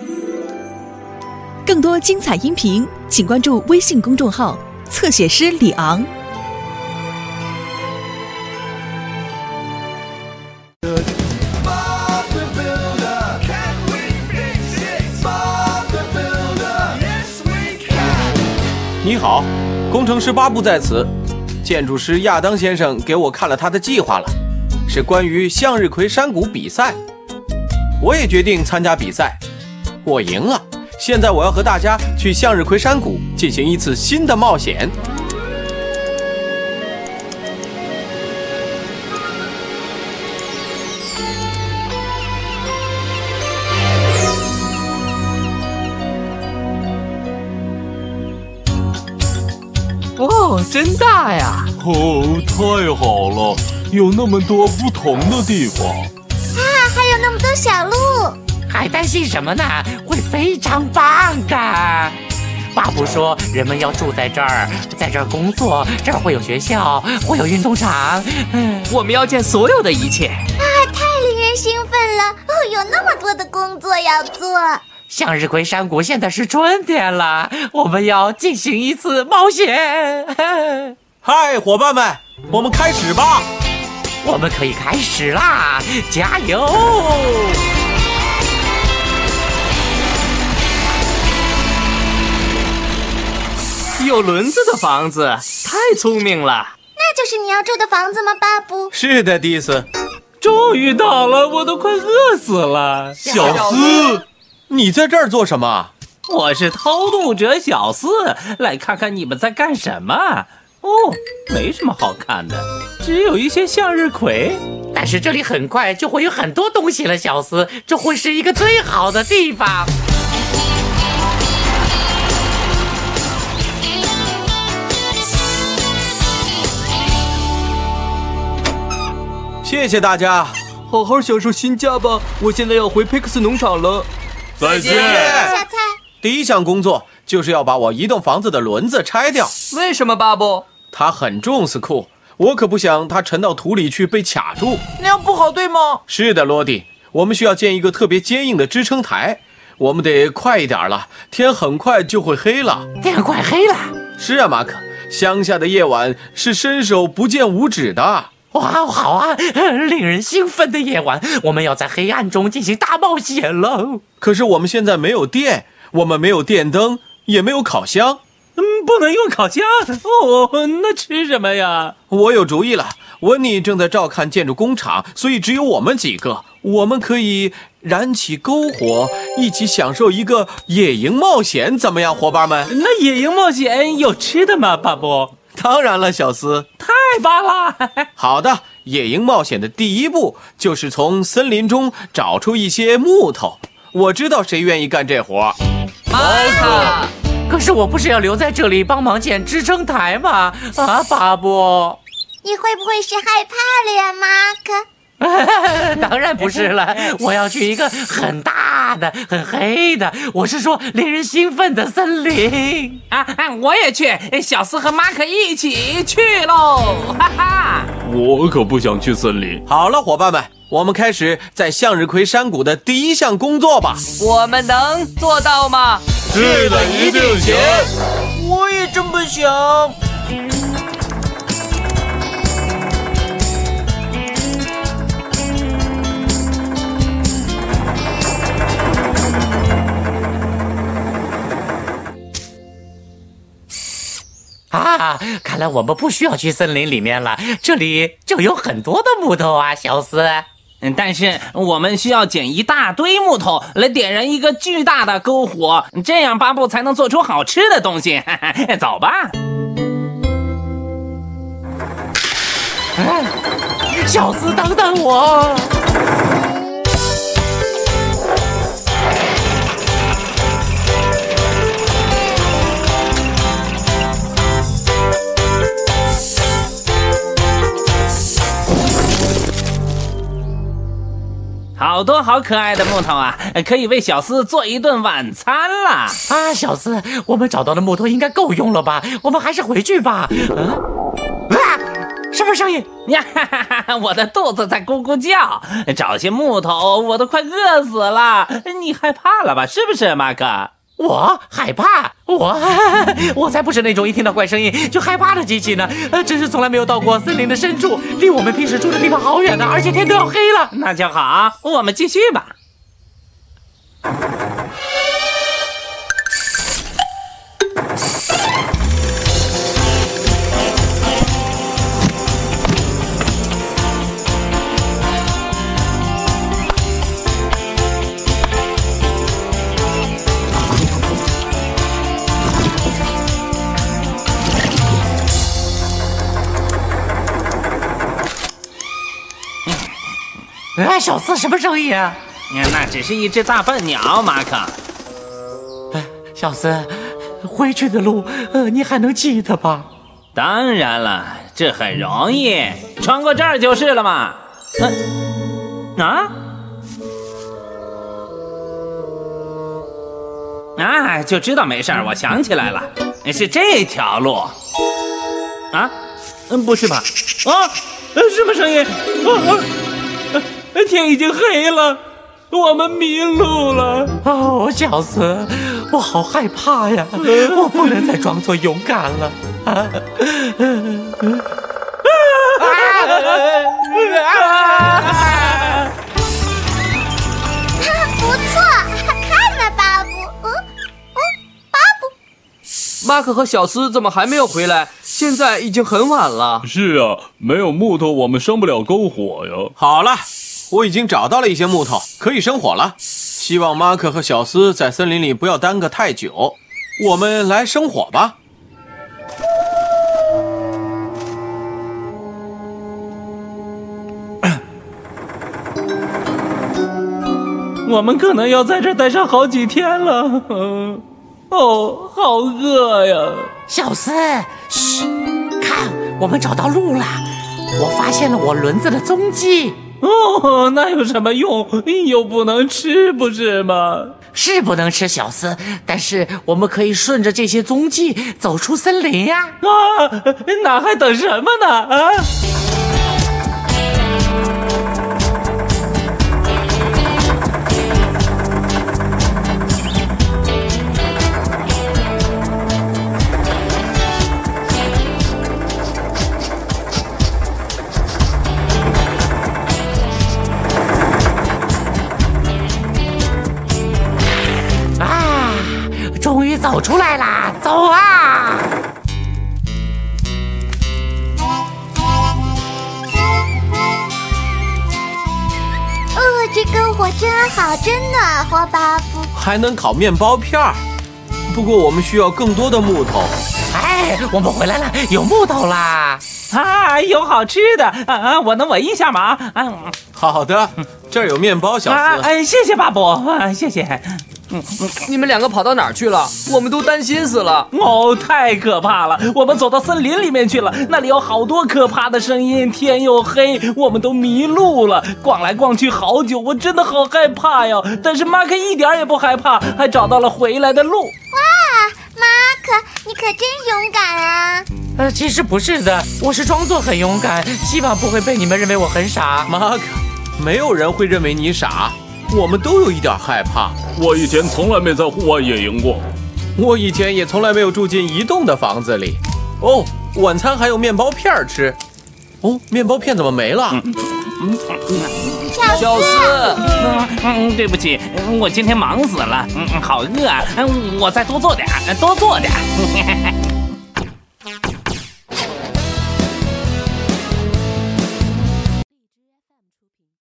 更多精彩音频，请关注微信公众号“侧写师李昂”。 你好，工程师巴布在此。建筑师亚当先生给我看了他的计划了，是关于向日葵山谷比赛。我也决定参加比赛，我赢了。现在我要和大家去向日葵山谷进行一次新的冒险。 哦，真大呀！ 哦，太好了，有那么多不同的地方。 还有那么多小路。 还担心什么呢？会非常棒的。巴布说，人们要住在这儿，在这儿工作，这儿会有学校，会有运动场。 我们要见所有的一切。 太令人兴奋了！有那么多的工作要做。 向日葵山谷现在是春天了，我们要进行一次冒险。 嗨，伙伴们，我们开始吧！ 我们可以开始啦，加油！ 有轮子的房子，太聪明了。 那就是你要住的房子吗，巴布？ 是的，迪斯。 终于到了，我都快饿死了。 小斯，你在这儿做什么？ 我是偷渡者小斯，来看看你们在干什么。哦，没什么好看的，只有一些向日葵。 但是这里很快就会有很多东西了，小斯，这会是一个最好的地方。 谢谢大家， 好好享受新家吧。我现在要回佩克斯农场了。 再见。 小菜。 第一项工作就是要把我移动房子的轮子拆掉。 为什么，巴布？ 它很重，斯库，我可不想它沉到土里去被卡住。 那样不好，对吗？ 是的，罗迪，我们需要建一个特别坚硬的支撑台。我们得快一点了，天很快就会黑了。 天快黑了。 是啊，马可，乡下的夜晚是伸手不见五指的。 哇，好啊，令人兴奋的夜晚，我们要在黑暗中进行大冒险了。 可是我们现在没有电，我们没有电灯，也没有烤箱。 不能用烤箱。哦，那吃什么呀？ 我有主意了，温妮正在照看建筑工厂，所以只有我们几个。我们可以燃起篝火，一起享受一个野营冒险，怎么样，伙伴们？ 那野营冒险有吃的吗，巴布？ 当然了，小斯。 太棒了！ 好的，野营冒险的第一步就是从森林中找出一些木头。我知道谁愿意干这活。 马可。 可是我不是要留在这里帮忙建支撑台吗？啊，巴布。 你会不会是害怕了呀，马可？ 当然不是了，我要去一个很大的、很黑的，我是说令人兴奋的森林。 我也去，小斯和马可一起去喽！哈哈， 我可不想去森林。 好了，伙伴们，我们开始在向日葵山谷的第一项工作吧。 我们能做到吗？ 是的，一定行。 我也这么想。 看来我们不需要去森林里面了，这里就有很多的木头啊，小斯。 但是我们需要捡一大堆木头来点燃一个巨大的篝火，这样巴布才能做出好吃的东西。走吧。 小斯，等等我。 好多好可爱的木头啊，可以为小斯做一顿晚餐了。 啊，小斯，我们找到的木头应该够用了吧？我们还是回去吧。什么声音？ 呀哈哈哈！我的肚子在咕咕叫，找些木头，我都快饿死了。你害怕了吧？是不是，马克？ 我害怕？我才不是那种一听到怪声音就害怕的机器呢。只是从来没有到过森林的深处，离我们平时住的地方好远呢，而且天都要黑了。 那就好，我们继续吧。 小四，什么声音啊？ 那只是一只大笨鸟，马克。 小四，回去的路，你还能记得吧？ 当然了，这很容易，穿过这儿就是了嘛。就知道没事儿，我想起来了，是这条路。不是吧？什么声音？天已经黑了，我们迷路了。 小四，我好害怕呀！我不能再装作勇敢了。 不错，看呐，巴布。巴布。 马克和小斯怎么还没有回来？现在已经很晚了。 是啊，没有木头我们生不了篝火呀。 好了，我已经找到了一些木头，可以生火了。希望马克和小斯在森林里不要耽搁太久。我们来生火吧。 我们可能要在这待上好几天了。好饿呀！ 小四，嘘，看，我们找到路了。我发现了我轮子的踪迹。 那有什么用？又不能吃，不是吗？ 是不能吃，小四，但是我们可以顺着这些踪迹走出森林呀。 那还等什么呢？ 终于走出来啦！走啊！ 这篝火真好，真暖和，巴布。 还能烤面包片儿，不过我们需要更多的木头。 我们回来了，有木头啦！ 有好吃的我能闻一下吗？ 好的，这儿有面包，小斯。 谢谢巴布，谢谢。 你们两个跑到哪儿去了？我们都担心死了。 太可怕了！我们走到森林里面去了，那里有好多可怕的声音，天又黑，我们都迷路了，逛来逛去好久，我真的好害怕呀！但是马克一点也不害怕，还找到了回来的路。 哇，马克，你可真勇敢啊！ 其实不是的，我是装作很勇敢，希望不会被你们认为我很傻。 马克，没有人会认为你傻。我们都有一点害怕。 我以前从来没在户外野营过。 我以前也从来没有住进一栋的房子里。晚餐还有面包片吃。面包片怎么没了？ 小斯， 对不起，我今天忙死了。好饿啊！我再多做点，多做点。